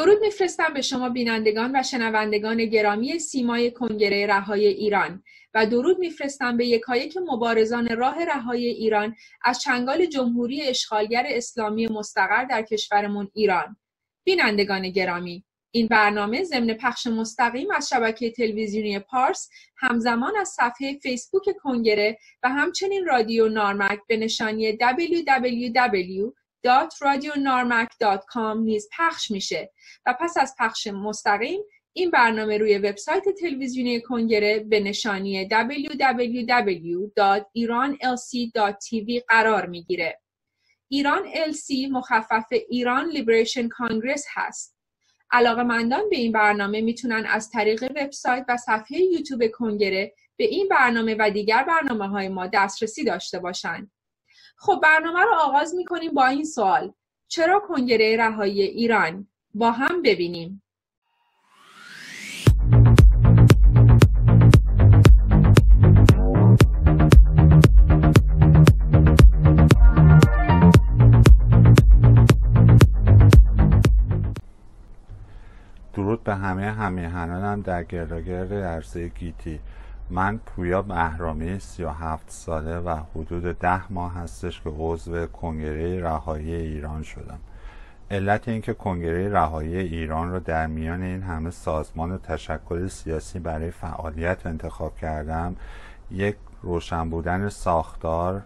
درود میفرستم به شما بینندگان و شنوندگان گرامی سیمای کنگره رهای ایران و درود میفرستم به یکایک مبارزان راه رهایی ایران از چنگال جمهوری اشغالگر اسلامی مستقر در کشورمون ایران. بینندگان گرامی، این برنامه ضمن پخش مستقیم از شبکه تلویزیونی پارس همزمان از صفحه فیسبوک کنگره و همچنین رادیو نارمک به نشانی www.radionarmak.com نیز پخش میشه و پس از پخش مستقیم این برنامه روی وبسایت تلویزیونی کنگره به نشانی www.iranlc.tv قرار میگیره. ایران LC مخفف ایران لیبریشن کانگرس هست. علاقه‌مندان به این برنامه میتونن از طریق وبسایت و صفحه یوتیوب کنگره به این برنامه و دیگر برنامه‌های ما دسترسی داشته باشند. خب برنامه رو آغاز میکنیم با این سوال: چرا کنگره رهایی ایران؟ با هم ببینیم. درود به همه همیهنانم در گرداگرد عرصه گیتی. من پویا بهرامی 37 ساله و حدود 10 ماه هستش که عضو کنگره رهایی ایران شدم. علت اینکه کنگره رهایی ایران رو در میان این همه سازمان و تشکل سیاسی برای فعالیت انتخاب کردم، یک، روشن بودن ساختار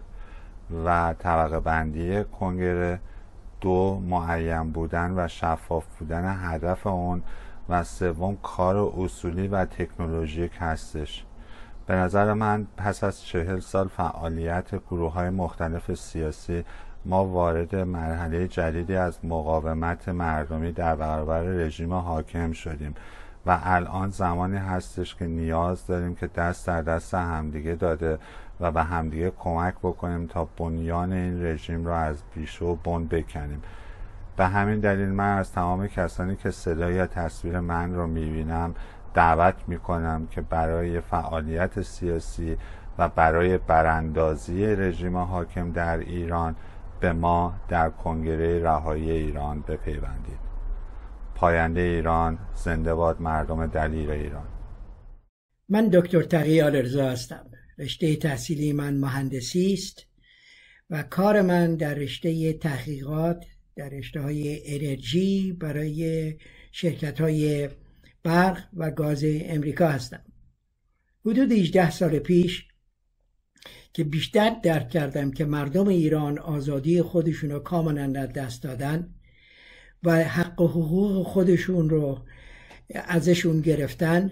و طبقه بندی کنگره، 2، معین بودن و شفاف بودن هدف اون و 3، کار اصولی و تکنولوژیک هستش. به نظر من پس از 40 سال فعالیت گروه‌های مختلف سیاسی ما وارد مرحله جدیدی از مقاومت مردمی در برابر رژیم حاکم شدیم و الان زمانی هستش که نیاز داریم که دست در دست همدیگه داده و به همدیگه کمک بکنیم تا بنیان این رژیم رو از بیشه و بن بکنیم. به همین دلیل من از تمام کسانی که صدا یا تصویر من رو میبینم دعوت میکنم که برای فعالیت سیاسی و برای براندازی رژیم حاکم در ایران به ما در کنگره رهایی ایران بپیوندید. پاینده ایران، زنده باد مردم دلیر ایران. من دکتر تقی آل‌رضا هستم. رشته تحصیلی من مهندسی است و کار من در رشته تحقیقات در رشته‌های انرژی برای شرکت‌های برق و گاز امریکا هستم. حدود 18 سال پیش که بیشتر درک کردم که مردم ایران آزادی خودشون رو کاملا از دست دادن و حق و حقوق خودشون رو ازشون گرفتن،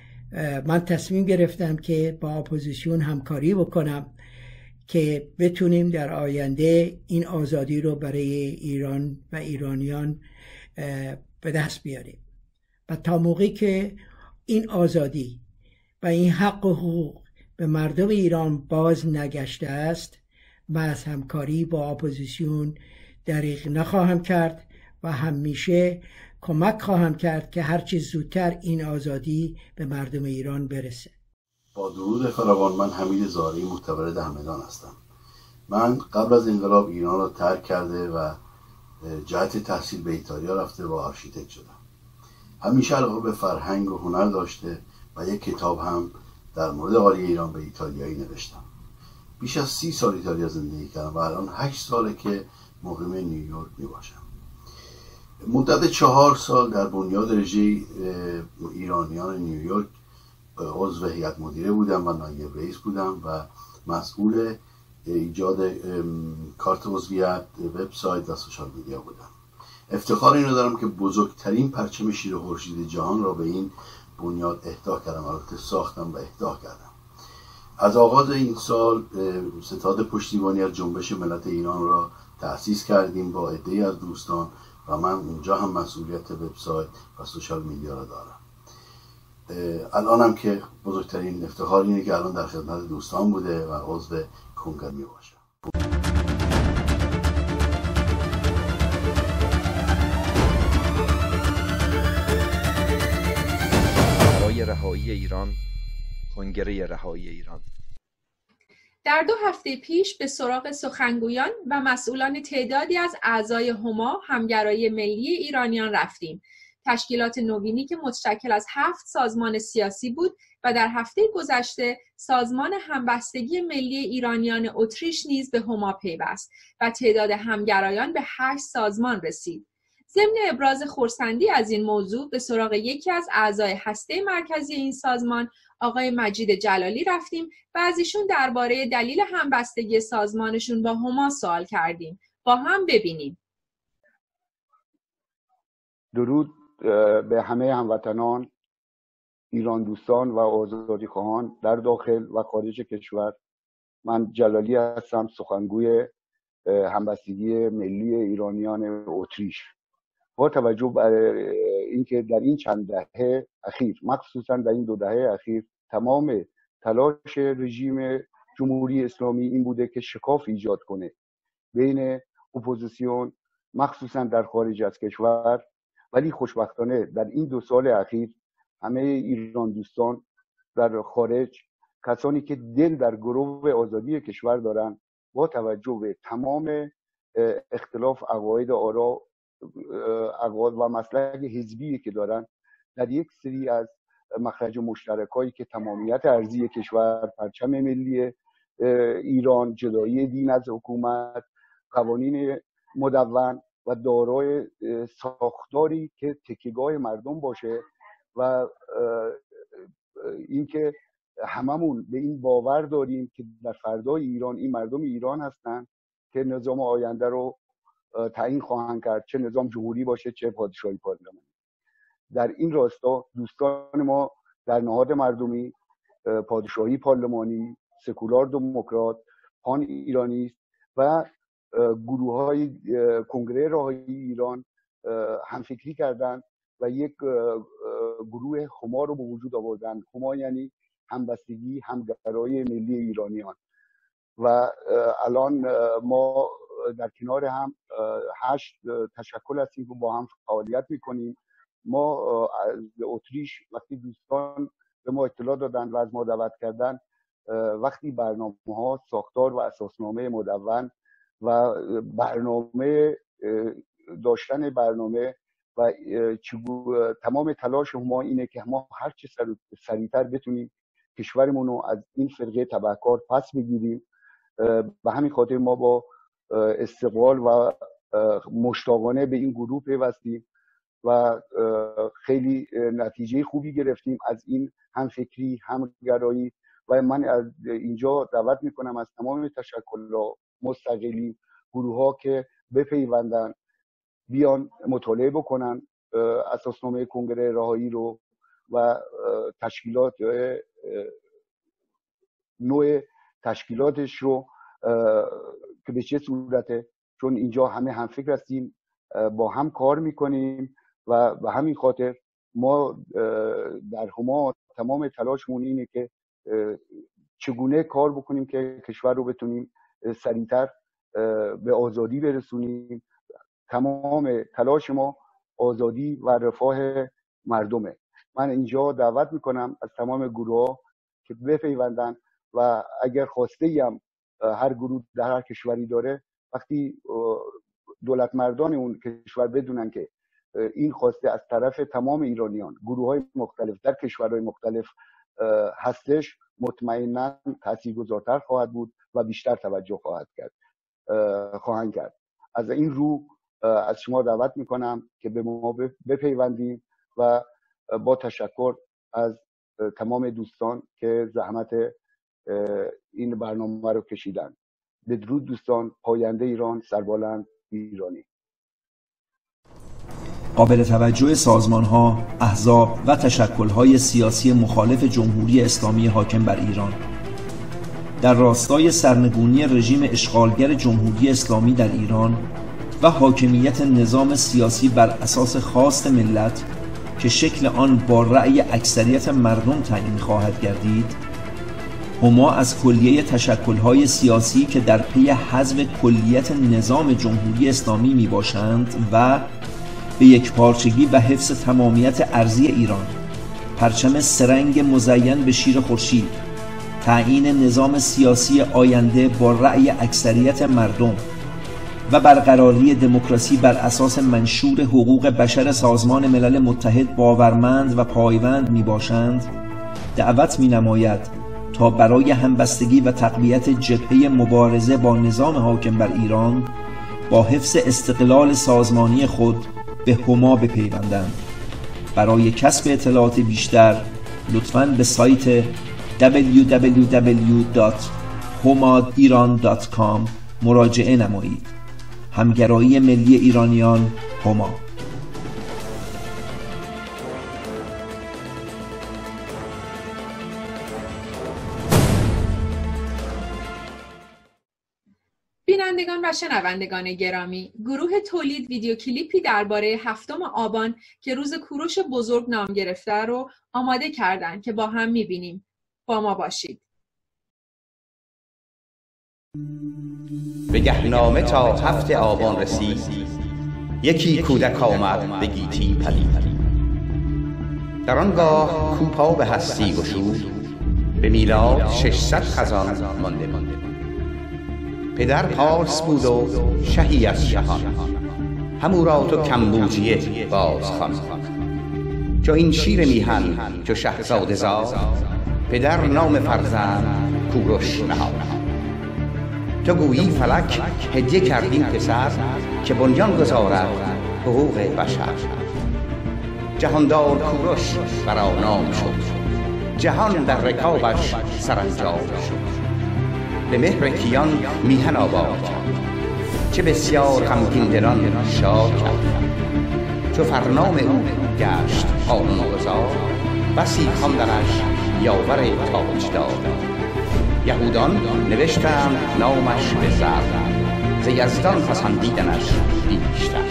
من تصمیم گرفتم که با اپوزیسیون همکاری بکنم که بتونیم در آینده این آزادی رو برای ایران و ایرانیان به دست بیاریم. و تا موقعی که این آزادی و این حق و حقوق به مردم ایران باز نگشته است، من از همکاری با اپوزیسیون دریغ نخواهم کرد و همیشه کمک خواهم کرد که هرچی زودتر این آزادی به مردم ایران برسه. با درود فراوان، من حمید زاری متولد همدان هستم. من قبل از انقلاب ایران را ترک کرده و جهت تحصیل به ایتالیا رفته و آرشیتکت شدم. همیشه علاقه به فرهنگ و هنر داشته و یک کتاب هم در مورد قالی ایران به ایتالیایی نوشتم. بیش از 30 سال ایتالیا زندگی کردم و الان 8 ساله که مقیم نیویورک می باشم. مدت 4 سال در بنیاد رژه ایرانیان نیویورک عضو هیئت مدیره بودم و نایب رئیس بودم و مسئول ایجاد کارت عضویت، وبسایت و سوشال میدیا بودم. افتخار اینو دارم که بزرگترین پرچم شیر خورشید جهان را به این بنیاد اهدا کردم، البته ساختم و اهدا کردم. از آغاز این سال ستاد پشتیبانی از جنبش ملت ایران را تأسیس کردیم با عده‌ای از دوستان و من اونجا هم مسئولیت وبسایت و سوشال میدیا را دارم. الانم که بزرگترین افتخار اینه که الان در خدمت دوستان بوده و عضو کنگره می باشم. برای رهایی ایران، کنگره رهایی ایران. در 2 هفته پیش به سراغ سخنگویان و مسئولان تعدادی از اعضای هما همگرای ملی ایرانیان رفتیم تشکیلات نوینی که متشکل از 7 سازمان سیاسی بود و در هفته گذشته سازمان همبستگی ملی ایرانیان اتریش نیز به هما پیوست و تعداد همگرایان به 8 سازمان رسید. ضمن ابراز خرسندی از این موضوع به سراغ یکی از اعضای هسته مرکزی این سازمان، آقای مجید جلالی رفتیم و از ایشون درباره دلیل همبستگی سازمانشون با هما سوال کردیم. با هم ببینیم. درود به همه هموطنان، ایران دوستان و آزادی خواهان در داخل و خارج کشور. من جلالی هستم، سخنگوی همبستگی ملی ایرانیان اتریش. با توجه بر اینکه در این چند دهه اخیر، مخصوصا در این 2 دهه اخیر، تمام تلاش رژیم جمهوری اسلامی این بوده که شکاف ایجاد کنه بین اپوزیسیون مخصوصا در خارج از کشور، ولی خوشبختانه در این 2 سال اخیر همه ایران دوستان در خارج، کسانی که دل در گروه آزادی کشور دارن، با توجه به تمام اختلاف عقاید، آرا و مسلک حزبی که دارن، در یک سری از مخرج مشترکایی که تمامیت ارضی کشور، پرچم ملی ایران، جدایی دین از حکومت، قوانین مدون و دارای ساختاری که تکیهگاه مردم باشه و اینکه هممون به این باور داریم که در فردای ایران این مردم ایران هستن که نظام آینده رو تعیین خواهند کرد، چه نظام جمهوری باشه چه پادشاهی پارلمانی. در این راستا دوستان ما در نهاد مردمی، پادشاهی پارلمانی، سکولار دموکرات، پان ایرانیست و گروه‌های کنگره راههای ایران همفکری کردند و یک گروه هما رو به وجود آوردن. هما یعنی همبستگی همگرای ملی ایرانیان. و الان ما در کنار هم 8 تشکل هستیم که با هم فعالیت میکنیم. ما از اتریش وقتی دوستان به ما اطلاع دادن و از ما دعوت کردن، وقتی برنامه‌ها، ساختار و اساسنامه مدون و برنامه داشتن برنامه و تمام تلاش ما اینه که ما هر چه سریعتر بتونیم کشورمون رو از این فرقه تبهکار پس بگیریم. به همین خاطر ما با استقلال و مشتاقانه به این گروه پیوستیم و خیلی نتیجه خوبی گرفتیم از این همفکری، همگرایی. و من از اینجا دعوت میکنم از تمام تشکل‌ها، مستقلی، گروه‌ها که بپیوندن، بیان مطالعه بکنن اساسنامه کنگره راهایی رو و تشکیلات، نوع تشکیلاتش رو که به چه صورته، چون اینجا همه همفکر هستیم، با هم کار میکنیم و به همین خاطر ما در هما تمام تلاشمون اینه که چگونه کار بکنیم که کشور رو بتونیم سریعتر به آزادی برسونیم. تمام تلاش ما آزادی و رفاه مردمه. من اینجا دعوت میکنم از تمام گروه‌ها که بپیوندن و اگر خواسته هم هر گروه در هر کشوری داره، وقتی دولت مردان اون کشور بدونن که این خواسته از طرف تمام ایرانیان، گروه‌های مختلف در کشورهای مختلف هستش، مطمئناً تاثیرگذارتر خواهد بود و بیشتر توجه خواهند کرد. از این رو از شما دعوت میکنم که به ما بپیوندیم و با تشکر از تمام دوستان که زحمت این برنامه رو کشیدن. بدرود دوستان. پاینده ایران، سربلند ایرانی. قابل توجه سازمان‌ها، احزاب و تشکل‌های سیاسی مخالف جمهوری اسلامی حاکم بر ایران در راستای سرنگونی رژیم اشغالگر جمهوری اسلامی در ایران و حاکمیت نظام سیاسی بر اساس خواست ملت که شکل آن با رأی اکثریت مردم تعیین خواهد گردید، هما از کلیه تشکل‌های سیاسی که در پی حذف کلیت نظام جمهوری اسلامی می باشند و به یکپارچگی و حفظ تمامیت ارضی ایران، پرچم سرنگ مزین به شیر خورشید، تعیین نظام سیاسی آینده با رأی اکثریت مردم و برقراری دموکراسی بر اساس منشور حقوق بشر سازمان ملل متحد باورمند و پایبند می باشند، دعوت می نماید تا برای همبستگی و تقویت جبهه مبارزه با نظام حاکم بر ایران با حفظ استقلال سازمانی خود به هما بپیوندند. برای کسب اطلاعات بیشتر لطفاً به سایت www.homadiran.com مراجعه نمایید. همگرایی ملی ایرانیان، هما. بینندگان و شنوندگان گرامی، گروه تولید ویدیو کلیپی درباره 7 آبان که روز کوروش بزرگ نام گرفته رو آماده کردند که با هم می‌بینیم. با ما باشید. به گهنامه تا 7 آبان رسید، یکی کودک آمد به گیتی پدید. در آنگاه کوپا به هستی گشود، به میلاد 600 خزان مانده. پدر پارس بود و شهی از شهان، همو را تو کمبوجیه بازخوان. چو این شیر میهن چو شهزاده زاد، پدر نام فرزند کوروش نهاد. تو گویی فلک هدیه کرد این پسر، که بنیان گذارد حقوق بشر. جهاندار کوروش برا نام شد، جهان در رکابش سرانجام شد. به مهر کیان میهن آباد کرد، چه بسیار غمگین دلان شاد کرد. چو فرنام او گشت قانون گذار، بسی خواندنش یاور تاجدار. یهودان نوشتند نامش به زر، ز یزدان پسندیدنش بیشتر.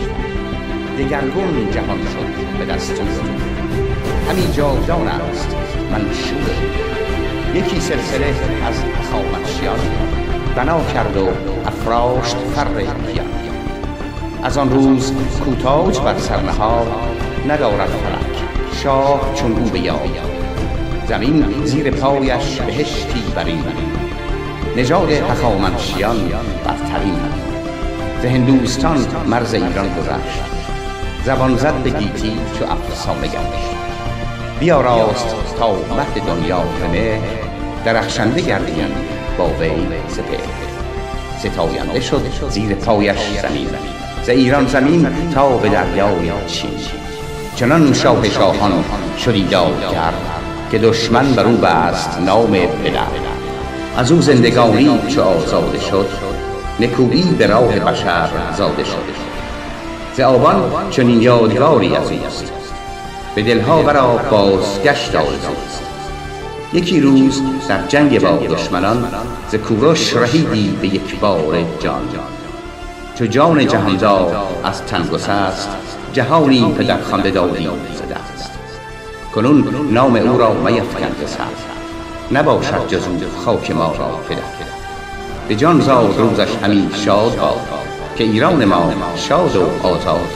دگرگون جهان شد به دستور، همین جاودان است منشور. یکی سلسله از هخامنشیان، بنا کرد و افراشت فر کیان. از آن روز کوتاج بر سر نهاد، ندارد فلک شاه چون او به یاد. زمین زیر پایش بهشتی برین، نژاد هخامنشیان برترین. ز هندوستان مرز ایران گذشت، زبان زد به گیتی چو افسانه گشت. بیاراست تا مهد دنیا همه، درخشنده گردید با وی سپهر. ستاینده شد زیر پایش زمین، ز ایران زمین تا به دریای چین. چنان شاه شاهان شدی داد کرد، که دشمن بر او بست نام پدر. از او زندگانی چو آزاده شد، نکویی به راه بشر زاده شد. ز آبان چنین یادگاری از اوست، به دلها ورا بازگشت آرزوست. یکی روز در جنگ با دشمنان، ز کوروش رهیدی به یک بار جان. چو جان جهاندار از تن گسست، جهانی پدر خوانده دادی ز دست. کنون نام او را میفکن ز سر، نباشد جز او خاک ما را فدا. به جان زاد روزش همی شاد باد، که ایران ما شاد و آزاد.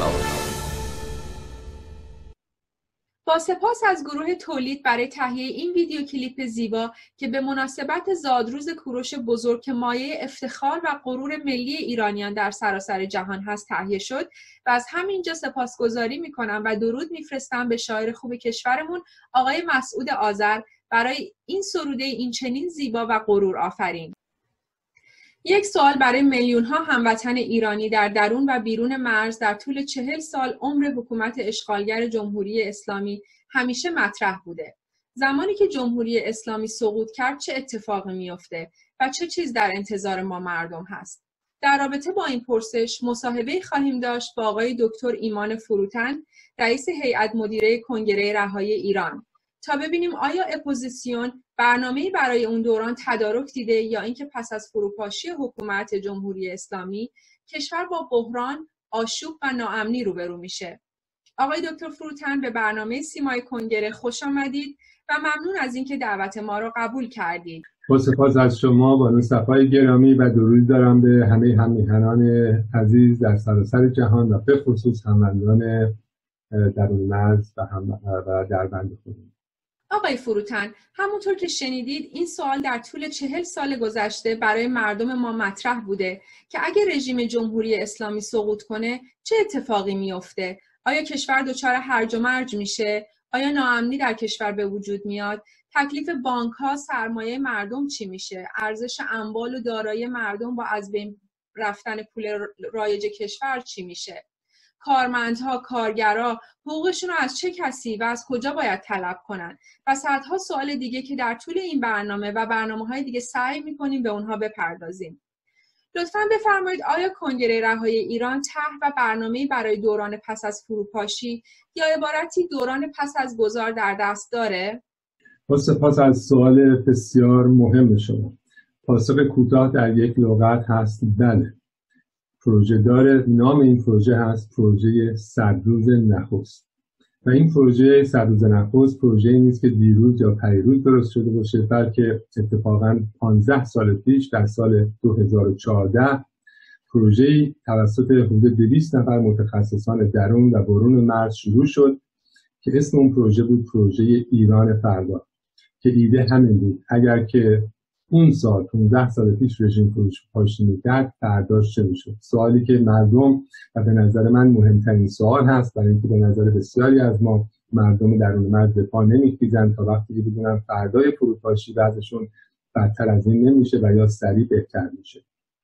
با سپاس از گروه تولید برای تهیه این ویدیو کلیپ زیبا که به مناسبت زادروز کوروش بزرگ که مایه افتخار و غرور ملی ایرانیان در سراسر جهان هست تهیه شد، و از همینجا سپاسگزاری میکنم و درود میفرستم به شاعر خوب کشورمون آقای مسعود آذر برای این سروده این چنین زیبا و غرور آفرین. یک سوال برای میلیون ها هموطن ایرانی در درون و بیرون مرز در طول 40 سال عمر حکومت اشغالگر جمهوری اسلامی همیشه مطرح بوده. زمانی که جمهوری اسلامی سقوط کرد چه اتفاقی میفته و چه چیز در انتظار ما مردم هست؟ در رابطه با این پرسش مصاحبه خواهیم داشت با آقای دکتر ایمان فروتن، رئیس هیئت مدیره کنگره رهایی ایران، تا ببینیم آیا اپوزیسیون برنامه‌ای برای اون دوران تدارک دیده یا اینکه پس از فروپاشی حکومت جمهوری اسلامی کشور با بحران، آشوب و ناامنی روبرو میشه. آقای دکتر فروتن به برنامه سیمای کنگره خوش آمدید و ممنون از اینکه دعوت ما رو قبول کردید. با سپاس از شما بانو صفای گرامی و درود دارم به همه همیهنان عزیز در سراسر جهان و به خصوص هموطنان درون مرز و در بند خودم. آقای فروتن، همونطور که شنیدید این سوال در طول 40 سال گذشته برای مردم ما مطرح بوده که اگه رژیم جمهوری اسلامی سقوط کنه چه اتفاقی میفته؟ آیا کشور دچار هرج و مرج میشه؟ آیا ناامنی در کشور به وجود میاد؟ تکلیف بانک‌ها، سرمایه مردم چی میشه؟ ارزش اموال و دارایی مردم با از بین رفتن پول رایج کشور چی میشه؟ کارمندها، کارگرها حقوقشون رو از چه کسی و از کجا باید طلب کنن؟ و صدها سوال دیگه که در طول این برنامه و برنامه‌های دیگه سعی می‌کنیم به اونها بپردازیم. لطفاً بفرمایید آیا کنگره رهایی ایران طرح و برنامه‌ای برای دوران پس از فروپاشی یا عبارتی دوران پس از گذار در دست داره؟ با سپاس از سوال بسیار مهم شما. پاسخ کوتاه در یک لغت هست بله. پروژه داره. نام این پروژه هست پروژه 100 روز نخست و این پروژه 100 روز نخست پروژه نیست که دیروز یا پریروز درست شده باشه، بلکه اتفاقاً 15 سال پیش در سال 2014 پروژه توسط حدود 200 نفر متخصصان درون و برون مرز شروع شد که اسم اون پروژه بود پروژه ایران فردا، که ایده همین بود اگر که اون سال 15 سال پیش رژیم فروپاشی میکرد فرداش چه میشد؟ سوالی که مردم و به نظر من مهمترین سوال هست، برای اینکه به نظر بسیاری از ما مردم درون مرز به پا نمیخیزن تا وقتی که بدونن فردای فروپاشی وضعشون بدتر از این نمیشه و یا سریع بهتر میشه.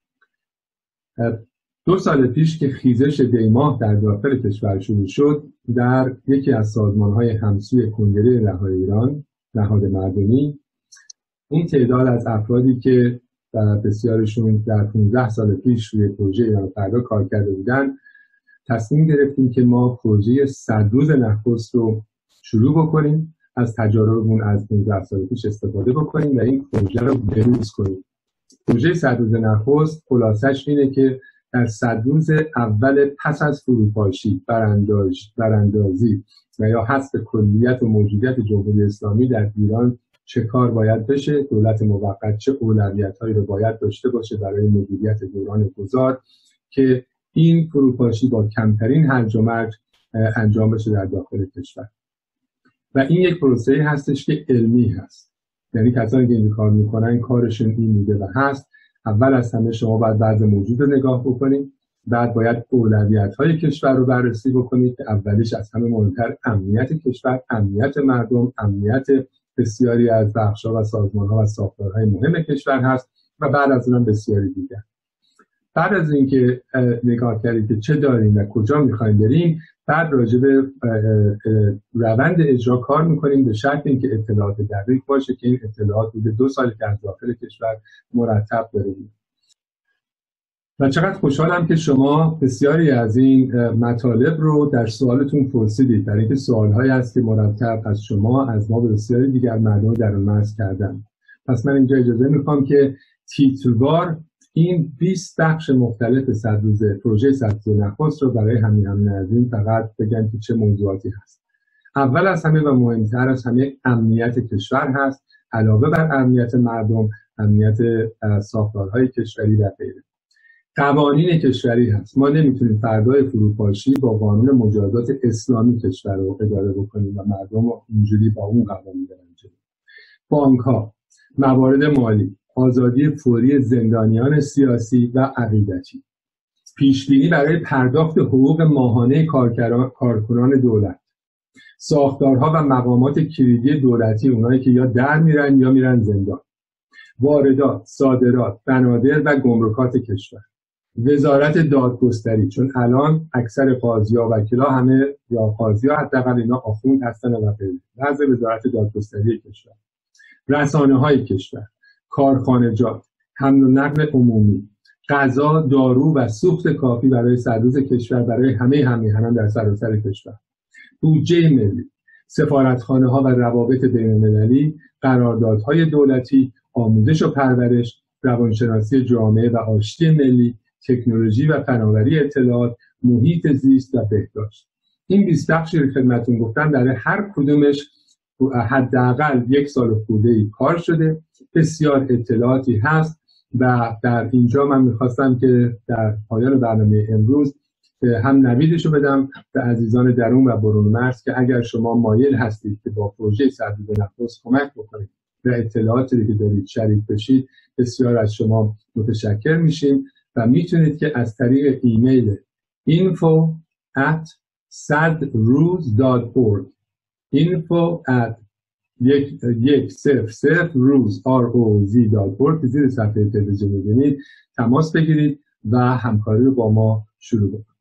2 سال پیش که خیزش دیماه در داخل کشور شروع شد، در یکی از سازمان‌های همسوی کنگره رهایی ایران، نهاد مردمی، اون تعداد از افرادی که بسیارشون در 15 سال پیش روی پروژه ایران فردا کار کرده بودن، تصمیم گرفتیم که ما پروژه 100 روز نخست رو شروع بکنیم، از تجاربمون از 15 سال پیش استفاده بکنیم و این پروژه رو بروز کنیم. پروژه 100 روز نخست خلاصش اینه که در 100 روز اول پس از فروپاشی، براندازی و یا حذف کلیت و موجودیت جمهوری اسلامی در ایران چه کار باید بشه، دولت موقت چه اولویت‌هایی رو باید داشته باشه برای مدیریت دوران گذار که این فروپاشی با کمترین هرج و مرج انجام بشه در داخل کشور. و این یک پروسه هستش که علمی هست، یعنی کسانی که این کار میکنن کارشون این بوده و هست. اول از همه شما باید وضع موجود رو نگاه بکنید، بعد باید اولویت‌های کشور رو بررسی بکنید که اولیش از همه مهمتر امنیت کشور، امنیت مردم، امنیت بسیاری از بخش‌ها و سازمان‌ها و ساختارهای مهم کشور هست و بعد از اونم بسیاری دیگر. بعد از اینکه نگاه کردید که چه داریم و کجا می‌خوایم بریم، بعد راجع به روند اجرا کار می‌کنیم به شرط اینکه اطلاعات دقیق باشه که این اطلاعات بوده 2 سال که از داخل کشور مرتب داریم. و چقدر خوشحالم که شما بسیاری از این مطالب رو در سوالتون پرسیدید، در اینکه سوال‌هایی هست که مرتب از شما، از ما به بسیاری دیگر مردم درون مرز کردن. پس من اینجا اجازه میخوام که تیتروار این 20 بخش مختلف 100 روزه پروژه 100 روزه نخست رو برای همین از این فقط بگم که چه موضوعاتی هست. اول از همه و مهمتر از همه امنیت کشور هست، علاوه بر امنیت مردم، امنیت ساختارهای کشوری و غیره. قوانین کشوری هست. ما نمیتونیم فردای فروپاشی با قانون مجازات اسلامی کشور رو اداره بکنیم و مردم رو اینجوری با اون قوانین برن جلو. بانک‌ها، موارد مالی، آزادی فوری زندانیان سیاسی و عقیدتی، پیشبینی برای پرداخت حقوق ماهانه کارکنان دولت، ساختارها و مقامات کلیدی دولتی، اونایی که یا در میرن یا میرن زندان، واردات، صادرات، بنادر و گمرکات کشور، وزارت دادگستری، چون الان اکثر قاضی‌ها و وکیل‌ها همه یا قاضی‌ها حداقل اینا آخوند هستن و غیره، وضع وزارت دادگستری کشور، رسانه‌های کشور، کارخانجات، حمل و نقل عمومی، غذا، دارو و سوخت کافی برای 100 روز کشور برای همه همیهنان در سراسر کشور، بودجه ملی، سفارتخانه‌ها و روابط بین‌المللی، قراردادهای دولتی، آموزش و پرورش، روانشناسی جامعه و آشتی ملی، تکنولوژی و فناوری اطلاعات، محیط زیست و بهداشت. این 20 بخشی رو خدمتتون گفتم، در هر کدومش حداقل 1 سال خورده‌ای کار شده، بسیار اطلاعاتی هست و در اینجا من میخواستم که در پایان برنامه امروز هم نویدشو بدم به عزیزان درون و برون مرز که اگر شما مایل هستید که با پروژه سربیز نخست کمک بکنید و اطلاعاتی که دارید شریک بشید، بسیار از شما متشکر میشیم و میتونید که از طریق ایمیل info@sadroz.org info@100roz.org که زیر صفحه تلویزیون می‌بینید تماس بگیرید و همکاری رو با ما شروع کنید.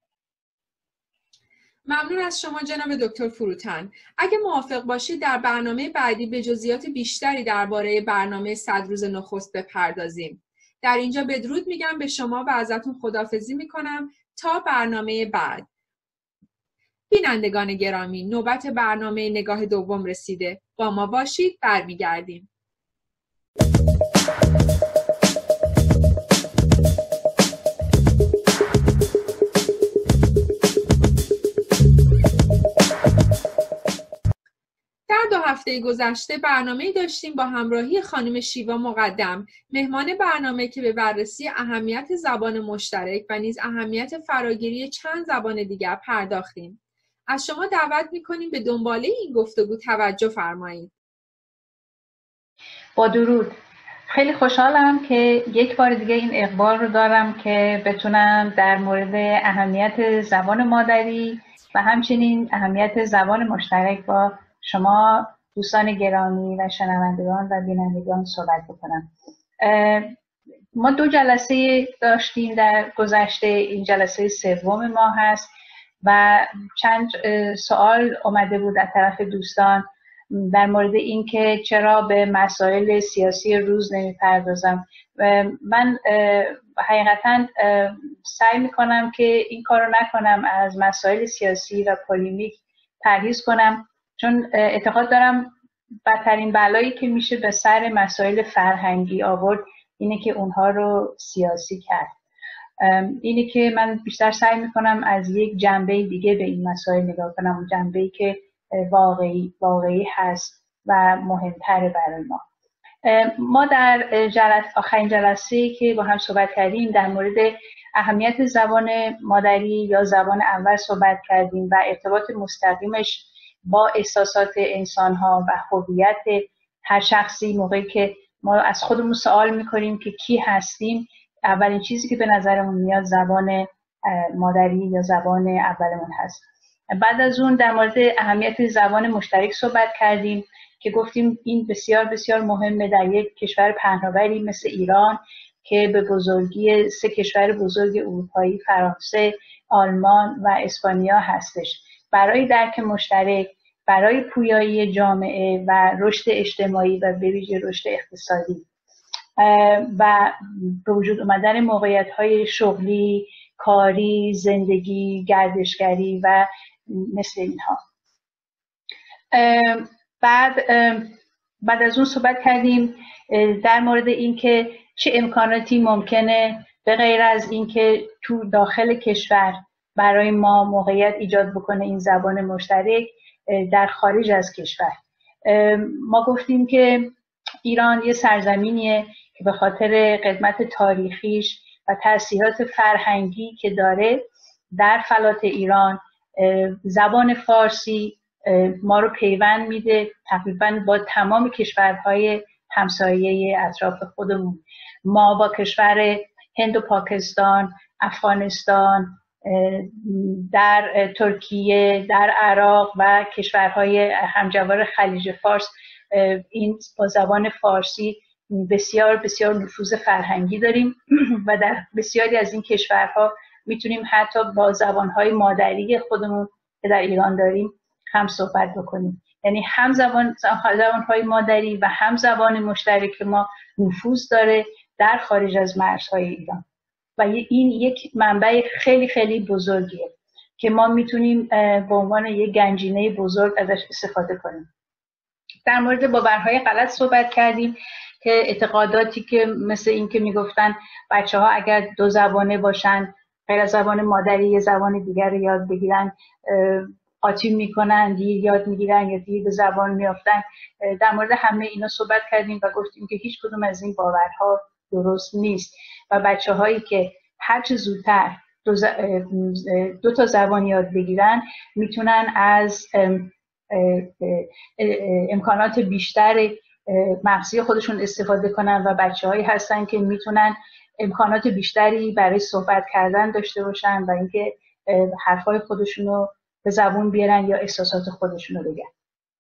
ممنون از شما جناب دکتر فروتن. اگه موافق باشید در برنامه بعدی به جزئیات بیشتری درباره برنامه 100 روز نخست بپردازیم. در اینجا بدرود میگم به شما و ازتون خداحافظی میکنم تا برنامه بعد. بینندگان گرامی، نوبت برنامه نگاه دوم رسیده. با ما باشید، برمیگردیم. در 2 هفته گذشته برنامه‌ای داشتیم با همراهی خانم شیوا مقدم، مهمان برنامه که به بررسی اهمیت زبان مشترک و نیز اهمیت فراگیری چند زبان دیگر پرداختیم. از شما دعوت می‌کنیم به دنباله این گفتگو توجه فرمایید. با درود. خیلی خوشحالم که یک بار دیگه این اقبال رو دارم که بتونم در مورد اهمیت زبان مادری و همچنین اهمیت زبان مشترک با شما دوستان گرامی و شنوندگان و بینندگان صحبت بکنم. ما 2 جلسه داشتیم در گذشته، این جلسه 3 ما هست و چند سوال اومده بود از طرف دوستان در مورد اینکه چرا به مسائل سیاسی روز نمیپردازم. من حقیقتا سعی میکنم که این کارو نکنم، از مسائل سیاسی و پولیمیک پرهیز کنم، چون اعتقاد دارم بدترین بلایی که میشه به سر مسائل فرهنگی آورد اینه که اونها رو سیاسی کرد. اینه که من بیشتر سعی میکنم از یک جنبه دیگه به این مسائل نگاه کنم، اون جنبه‌ای که واقعی هست و مهمتره برای ما. ما در آخرین جلسه‌ای که با هم صحبت کردیم در مورد اهمیت زبان مادری یا زبان اول صحبت کردیم و ارتباط مستقیمش با احساسات انسان‌ها و هویت هر شخصی. موقعی که ما از خودمون سوال می‌کنیم که کی هستیم، اولین چیزی که به نظرمون میاد زبان مادری یا زبان اولمون هست. بعد از اون در مورد اهمیت زبان مشترک صحبت کردیم که گفتیم این بسیار بسیار مهمه در یک کشور پهناوری مثل ایران که به بزرگی 3 کشور بزرگ اروپایی، فرانسه، آلمان و اسپانیا هستش. برای درک مشترک، برای پویایی جامعه و رشد اجتماعی و به ویژه رشد اقتصادی و به وجود آمدن موقعیت‌های شغلی، کاری، زندگی، گردشگری و مثل اینها. بعد از اون صحبت کردیم در مورد اینکه چه امکاناتی ممکنه به غیر از اینکه تو داخل کشور برای ما موقعیت ایجاد بکنه این زبان مشترک در خارج از کشور. ما گفتیم که ایران یه سرزمینیه که به خاطر قدمت تاریخیش و تأثیرات فرهنگی که داره در فلات ایران زبان فارسی ما رو پیوند میده تقریبا با تمام کشورهای همسایه اطراف خودمون. ما با کشور هند و پاکستان، افغانستان، در ترکیه، در عراق و کشورهای همجوار خلیج فارس این با زبان فارسی بسیار بسیار نفوذ فرهنگی داریم و در بسیاری از این کشورها میتونیم حتی با زبانهای مادری خودمون که در ایران داریم هم صحبت بکنیم. یعنی هم زبانهای مادری و هم زبان مشترک ما نفوذ داره در خارج از مرزهای ایران و این یک منبع خیلی خیلی بزرگیه که ما میتونیم به عنوان یک گنجینه بزرگ ازش استفاده کنیم. در مورد باورهای غلط صحبت کردیم که اعتقاداتی که مثل این که میگفتن بچه ها اگر 2 زبانه باشن غیر از زبان مادری یه زبان دیگر رو یاد بگیرن قاطی میکنن، دیر یاد میگیرن یا دیر به زبان میافتن. در مورد همه اینا صحبت کردیم و گفتیم که هیچ کدوم از این باورها درست نیست و بچه هایی که هرچه زودتر دو تا زبان یاد بگیرن میتونن از امکانات بیشتر مغزی خودشون استفاده کنن و بچه‌هایی هستن که میتونن امکانات بیشتری برای صحبت کردن داشته باشن و اینکه حرفای خودشون رو به زبون بیارن یا احساسات خودشون رو بگن.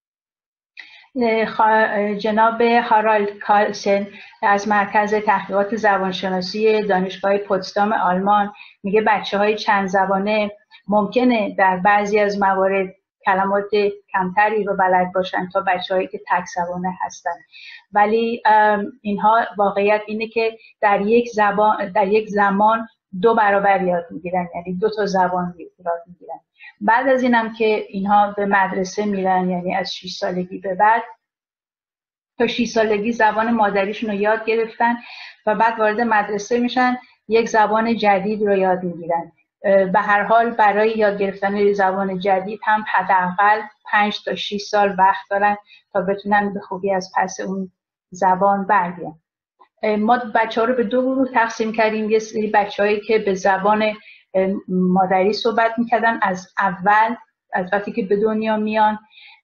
جناب هارالد کارلسن از مرکز تحقیقات زبانشناسی دانشگاه پوتسدام آلمان میگه بچه‌های چند زبانه ممکنه در بعضی از موارد کلمات کمتری رو بلد باشن تا بچه‌هایی که تک زبانه هستن، ولی اینها واقعیت اینه که در یک زمان 2 برابر یاد میگیرن، یعنی 2 تا زبان یاد میگیرن. بعد از اینم که اینها به مدرسه میرن، یعنی از 6 سالگی به بعد، تا 6 سالگی زبان مادریشون رو یاد گرفتن و بعد وارد مدرسه میشن، یک زبان جدید رو یاد میگیرن. به هر حال برای یاد گرفتن زبان جدید هم حداقل 5 تا 6 سال وقت دارن تا بتونن به خوبی از پس اون زبان بر بیان. ما بچه‌ها رو به 2 گروه تقسیم کردیم. یه سری بچه‌هایی که به زبان مادری صحبت میکردن از اول، از وقتی که به دنیا میان،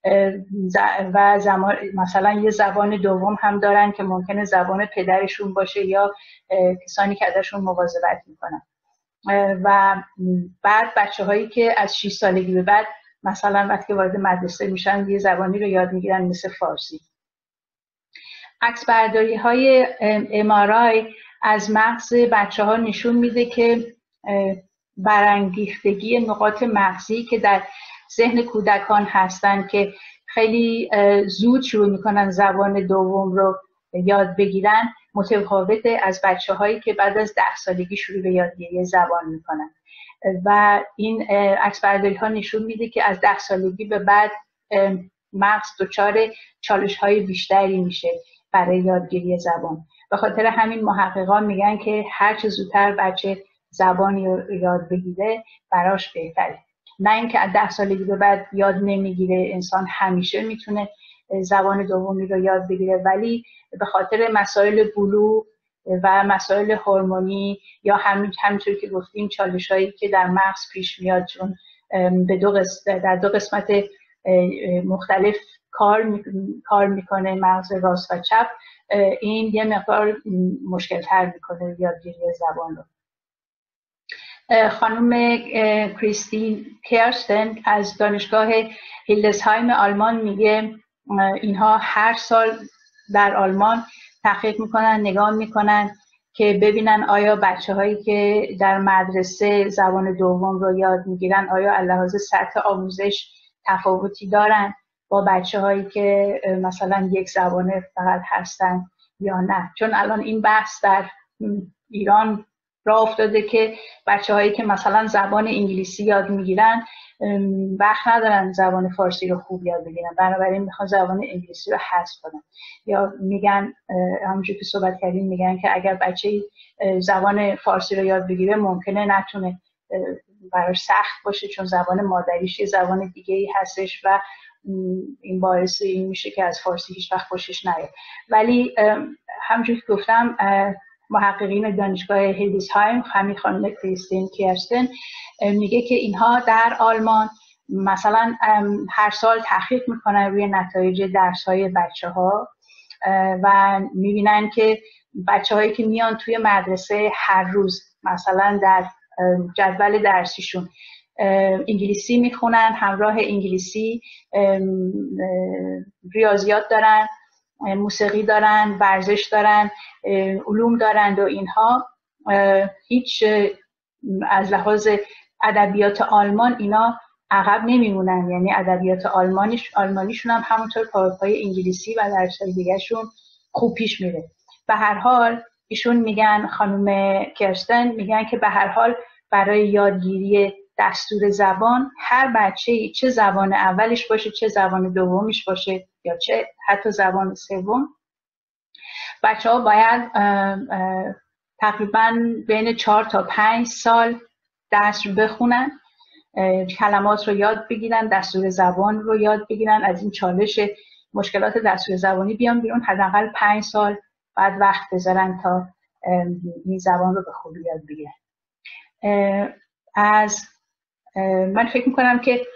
و مثلا یه زبان دوم هم دارن که ممکنه زبان پدرشون باشه یا کسانی که ازشون مواظبت میکنن. و بعد بچه‌هایی که از 6 سالگی به بعد مثلا وقتی وارد مدرسه میشن یه زبانی رو یاد میگیرن مثل فارسی. عکس برداری های MRI از مغز بچه‌ها نشون میده که برانگیختگی نقاط مغزی که در ذهن کودکان هستن که خیلی زود شروع میکنن زبان دوم رو یاد بگیرن متفاوته از بچه‌هایی که بعد از 10 سالگی شروع به یادگیری زبان میکنن. و این عکسبرداری‌ها نشون میده که از 10 سالگی به بعد مغز دچار چالش‌های بیشتری میشه برای یادگیری زبان. به خاطر همین محققان میگن که هر چه زودتر بچه زبانی یاد بگیره براش بهتره. نه اینکه از 10 سالگی به بعد یاد نمیگیره، انسان همیشه میتونه زبان دومی رو یاد بگیره، ولی به خاطر مسائل بلوغ و مسائل هورمونی یا همینطور که گفتیم چالش‌هایی که در مغز پیش میاد، چون در 2 قسمت مختلف کار میکنه مغز راست و چپ، این یه مقدار مشکل‌تر میکنه یادگیری زبان رو. خانم کریستین کیرستن از دانشگاه هیلدسهایم آلمان میگه اینها هر سال در آلمان تحقیق میکنن، نگاه میکنن که ببینن آیا بچه‌هایی که در مدرسه زبان دوم رو یاد میگیرن آیا علاوه سطح آموزش تفاوتی دارن با بچه‌هایی که مثلا یک زبانه فقط هستن یا نه. چون الان این بحث در ایران راه افتاده که بچه‌هایی که مثلا زبان انگلیسی یاد میگیرن وقت ندارن زبان فارسی رو خوب یاد بگیرن، بنابراین میخوان زبان انگلیسی رو حذف کنن. یا میگن همونجوری که صحبت کردیم، میگن که اگر بچه زبان فارسی رو یاد بگیره ممکنه نتونه، براش سخت باشه چون زبان مادریش یه زبان دیگه‌ای هستش و این باعث این میشه که از فارسی هیچ وقت خوشش نیاد. ولی همونجوری که گفتم محققین دانشگاه هیلدسهایم، همین خانم کریستین کیرستن میگه که اینها در آلمان مثلا هر سال تحقیق میکنن روی نتایج درس‌های بچه‌ها و میبینن که بچه‌هایی که میان توی مدرسه هر روز مثلا در جدول درسیشون انگلیسی میخونن، همراه انگلیسی ریاضیات دارن، موسیقی دارن، ورزش دارن، علوم دارن و اینها هیچ از لحاظ ادبیات آلمان اینا عقب نمیمونن، یعنی ادبیات آلمانیشون هم همونطور پای انگلیسی و درس‌های دیگه‌شون خوب پیش میره. به هر حال ایشون میگن، خانم کرستن میگن که به هر حال برای یادگیری دستور زبان هر بچه‌ای چه زبان اولش باشه چه زبان دومیش باشه یا چه حتی زبان سوم، بچه‌ها باید تقریباً بین 4 تا 5 سال درس رو بخونن، کلمات رو یاد بگیرن، دستور زبان رو یاد بگیرن، از این چالش مشکلات دستور زبانی بیان بیرون. حداقل 5 سال بعد وقت بذارن تا این زبان رو به خوبی یاد بگیرن. من فکر میکنم که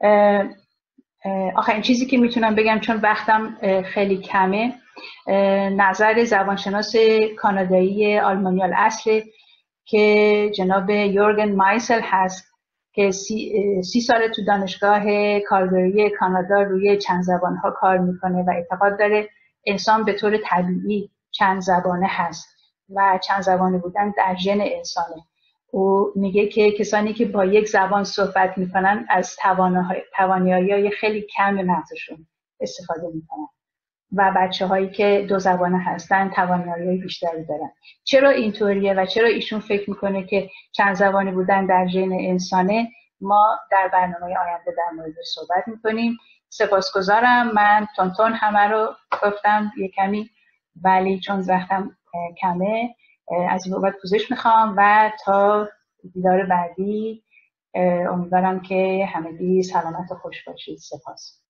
آخرین چیزی که میتونم بگم چون وقتم خیلی کمه، نظر زبانشناس کانادایی آلمانی الاصل که جناب یورگن مایسل هست که 30 سال تو دانشگاه کارگری کانادا روی چند زبانها کار میکنه و اعتقاد داره انسان به طور طبیعی چند زبانه هست و چند زبانه بودن در ژن انسانه. او میگه که کسانی که با یک زبان صحبت میکنن از توانایی‌های خیلی کم مغزشون استفاده میکنن و بچه‌هایی که 2 زبانه هستن توانایی بیشتری دارن. چرا اینطوریه و چرا ایشون فکر میکنه که چند زبانه بودن در ژن انسانه؟ ما در برنامه آینده در موردش صحبت میکنیم. سپاسگزارم. من تون همه رو گفتم یه کمی، ولی چون وقتم کمه از این بابت پوزش میخوام و تا دیدار بعدی امیدوارم که همگی سلامت و خوش باشید. سپاس.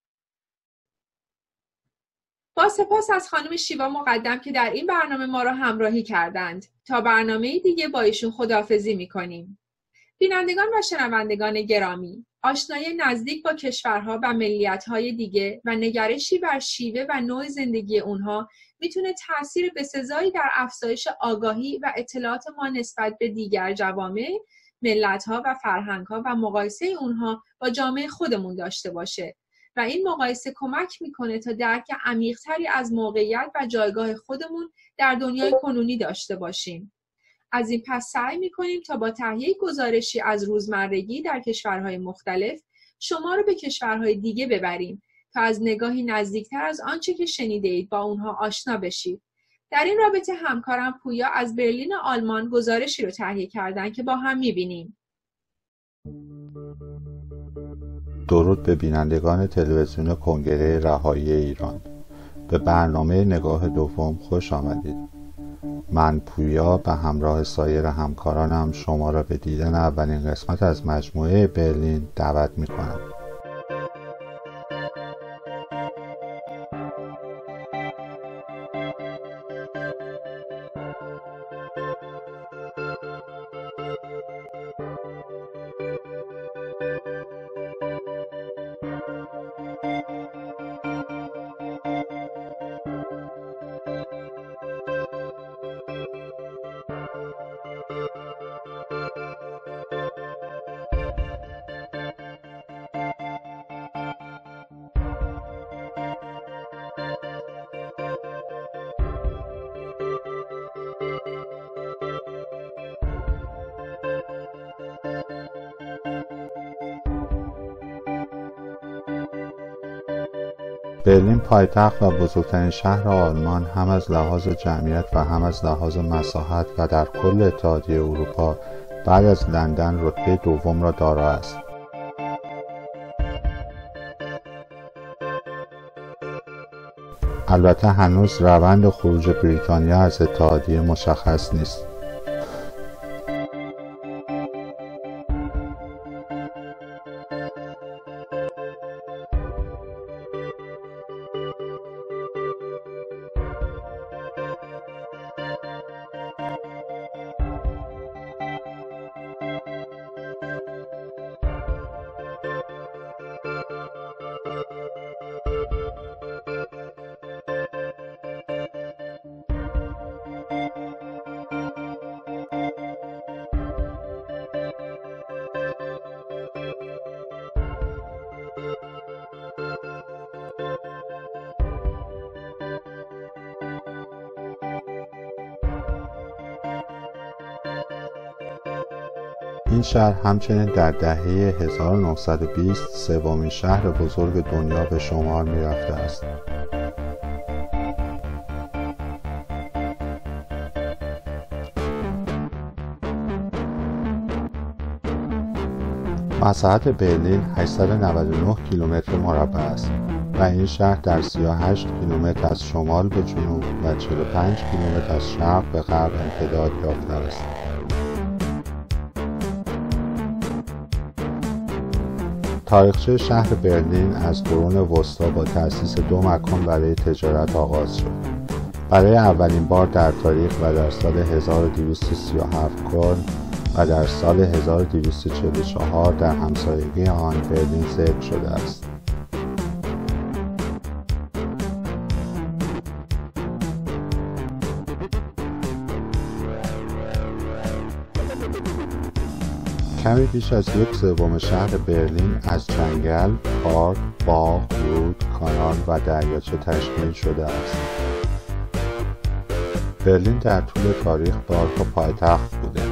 با سپاس از خانم شیوا مقدم که در این برنامه ما را همراهی کردند. تا برنامه دیگه با ایشون خداحافظی میکنیم. بینندگان و شنوندگان گرامی، آشنایی نزدیک با کشورها و ملیت‌های دیگه و نگرشی بر شیوه و نوع زندگی اونها میتونه تأثیر بسزایی در افزایش آگاهی و اطلاعات ما نسبت به دیگر جوامع، ملت‌ها و فرهنگ‌ها و مقایسه اونها با جامعه خودمون داشته باشه و این مقایسه کمک میکنه تا درک عمیق‌تری از موقعیت و جایگاه خودمون در دنیای کنونی داشته باشیم. از این پس سعی میکنیم تا با تهیه گزارشی از روزمرگی در کشورهای مختلف شما رو به کشورهای دیگه ببریم تا از نگاهی نزدیکتر از آنچه که شنیده اید با اونها آشنا بشید. در این رابطه همکارم پویا از برلین آلمان گزارشی رو تهیه کردن که با هم میبینیم. درود به بینندگان تلویزیون کنگره رهایی ایران. به برنامه نگاه دوم خوش آمدید. من پویا به همراه سایر همکارانم شما را به دیدن اولین قسمت از مجموعه برلین دعوت می‌کنم. برلین پایتخت و بزرگترین شهر آلمان هم از لحاظ جمعیت و هم از لحاظ مساحت و در کل اتحادیه اروپا بعد از لندن رتبه دوم را دارا است. البته هنوز روند خروج بریتانیا از اتحادیه مشخص نیست. این شهر همچنین در دهه 1920 سومین شهر بزرگ دنیا به شمار می رفته است. مساحت برلین 899 کیلومتر مربع است و این شهر در 38 کیلومتر از شمال به جنوب و 45 کیلومتر از شرق به غرب امتداد یافته است. تاریخچه شهر برلین از قرون وسطی با تأسیس 2 مکان برای تجارت آغاز شد. برای اولین بار در تاریخ و در سال 1237 کلن و در سال 1244 در همسایگی آن برلین ذکر شده است. کمی بیش از 1/3 شهر برلین از جنگل، پارک، باغ، رود، کانال و دریاچه تشکیل شده است. برلین در طول تاریخ بارها پایتخت بوده.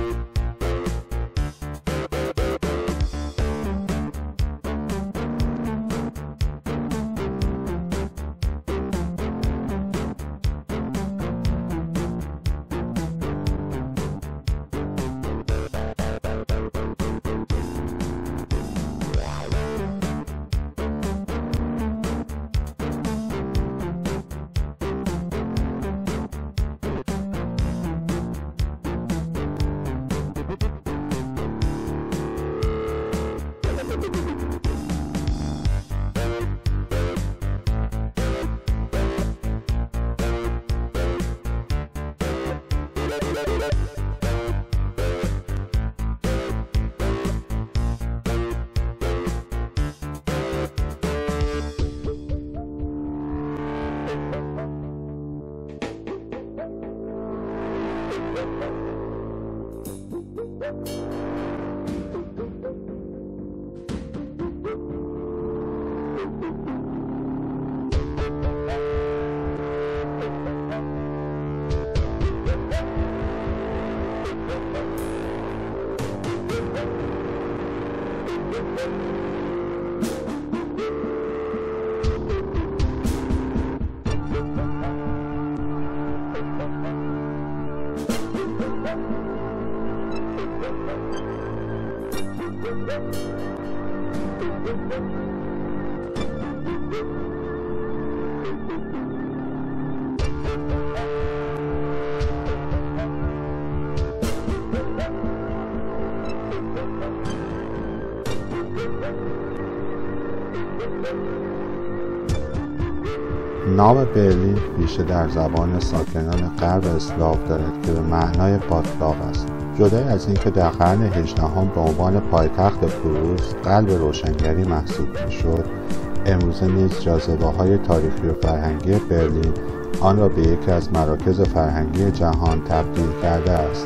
نام برلین ریشه در زبان ساکنان غرب اسلاو دارد که به معنای باتلاق است. جدای از اینکه در قرن 18 به عنوان پایتخت پروس قلب روشنگری محسوب می‌شد، امروزه نیز جاذبه‌های تاریخی و فرهنگی برلین آن را به یکی از مراکز فرهنگی جهان تبدیل کرده است.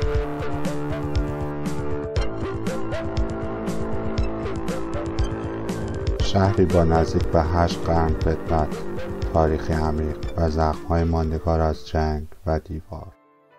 شهری با نزدیک به 8 قرن قدمت، تاریخی عمیق و زخم‌های ماندگار از جنگ و دیوار.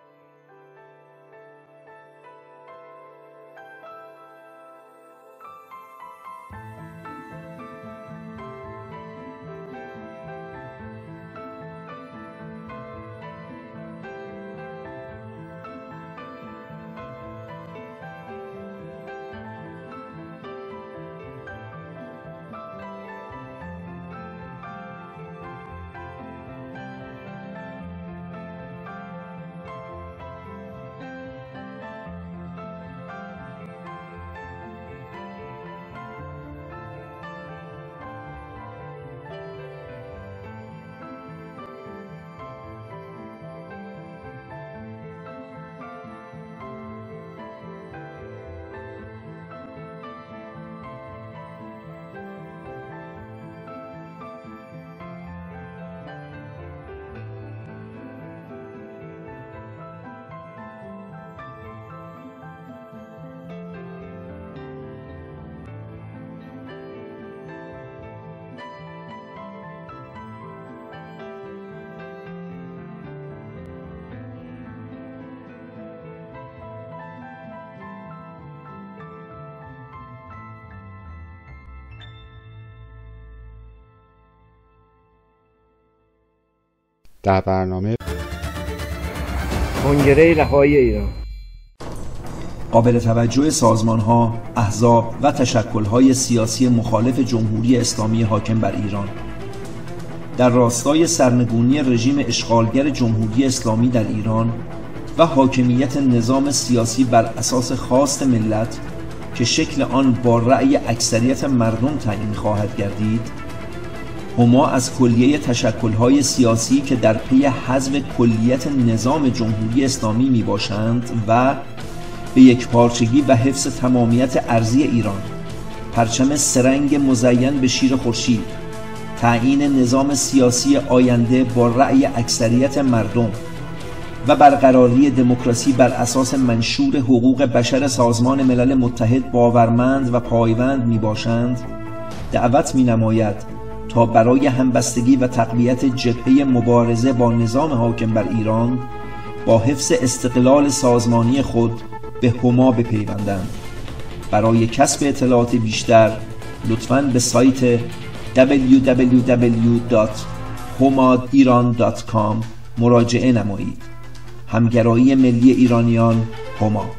در برنامه کنگره رهایی ایران قابل توجه سازمان‌ها، احزاب و تشکل‌های سیاسی مخالف جمهوری اسلامی حاکم بر ایران در راستای سرنگونی رژیم اشغالگر جمهوری اسلامی در ایران و حاکمیت نظام سیاسی بر اساس خواست ملت که شکل آن با رأی اکثریت مردم تعیین خواهد گردید، هما از کلیه تشکل‌های سیاسی که در پی حذف کلیت نظام جمهوری اسلامی می باشند و به یکپارچگی و حفظ تمامیت ارضی ایران، پرچم سرنگ مزین به شیر خورشید، تعیین نظام سیاسی آینده با رأی اکثریت مردم و برقراری دموکراسی بر اساس منشور حقوق بشر سازمان ملل متحد باورمند و پایوند می باشند، دعوت می نماید تا برای همبستگی و تقویت جبهه مبارزه با نظام حاکم بر ایران با حفظ استقلال سازمانی خود به هما بپیوندند. برای کسب اطلاعات بیشتر لطفاً به سایت www.homadiran.com مراجعه نمایید. همگرایی ملی ایرانیان، هما.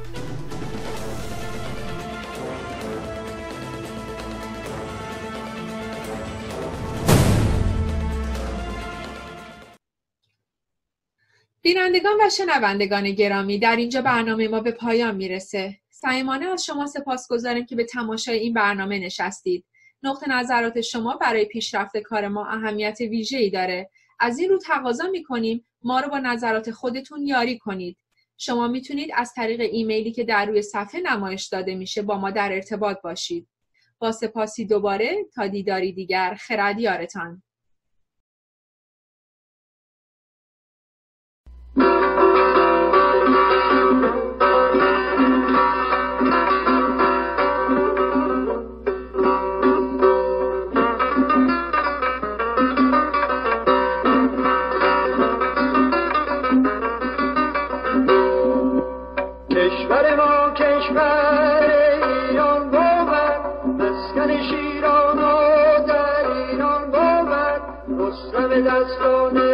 بینندگان و شنوندگان گرامی، در اینجا برنامه ما به پایان میرسه. صمیمانه از شما سپاسگزاریم که به تماشای این برنامه نشستید. نقطه نظرات شما برای پیشرفت کار ما اهمیت ویژه‌ای داره. از این رو تقاضا می‌کنیم ما رو با نظرات خودتون یاری کنید. شما میتونید از طریق ایمیلی که در روی صفحه نمایش داده میشه با ما در ارتباط باشید. با سپاسی دوباره، تا دیداری دیگر، خرد یارتان. دستان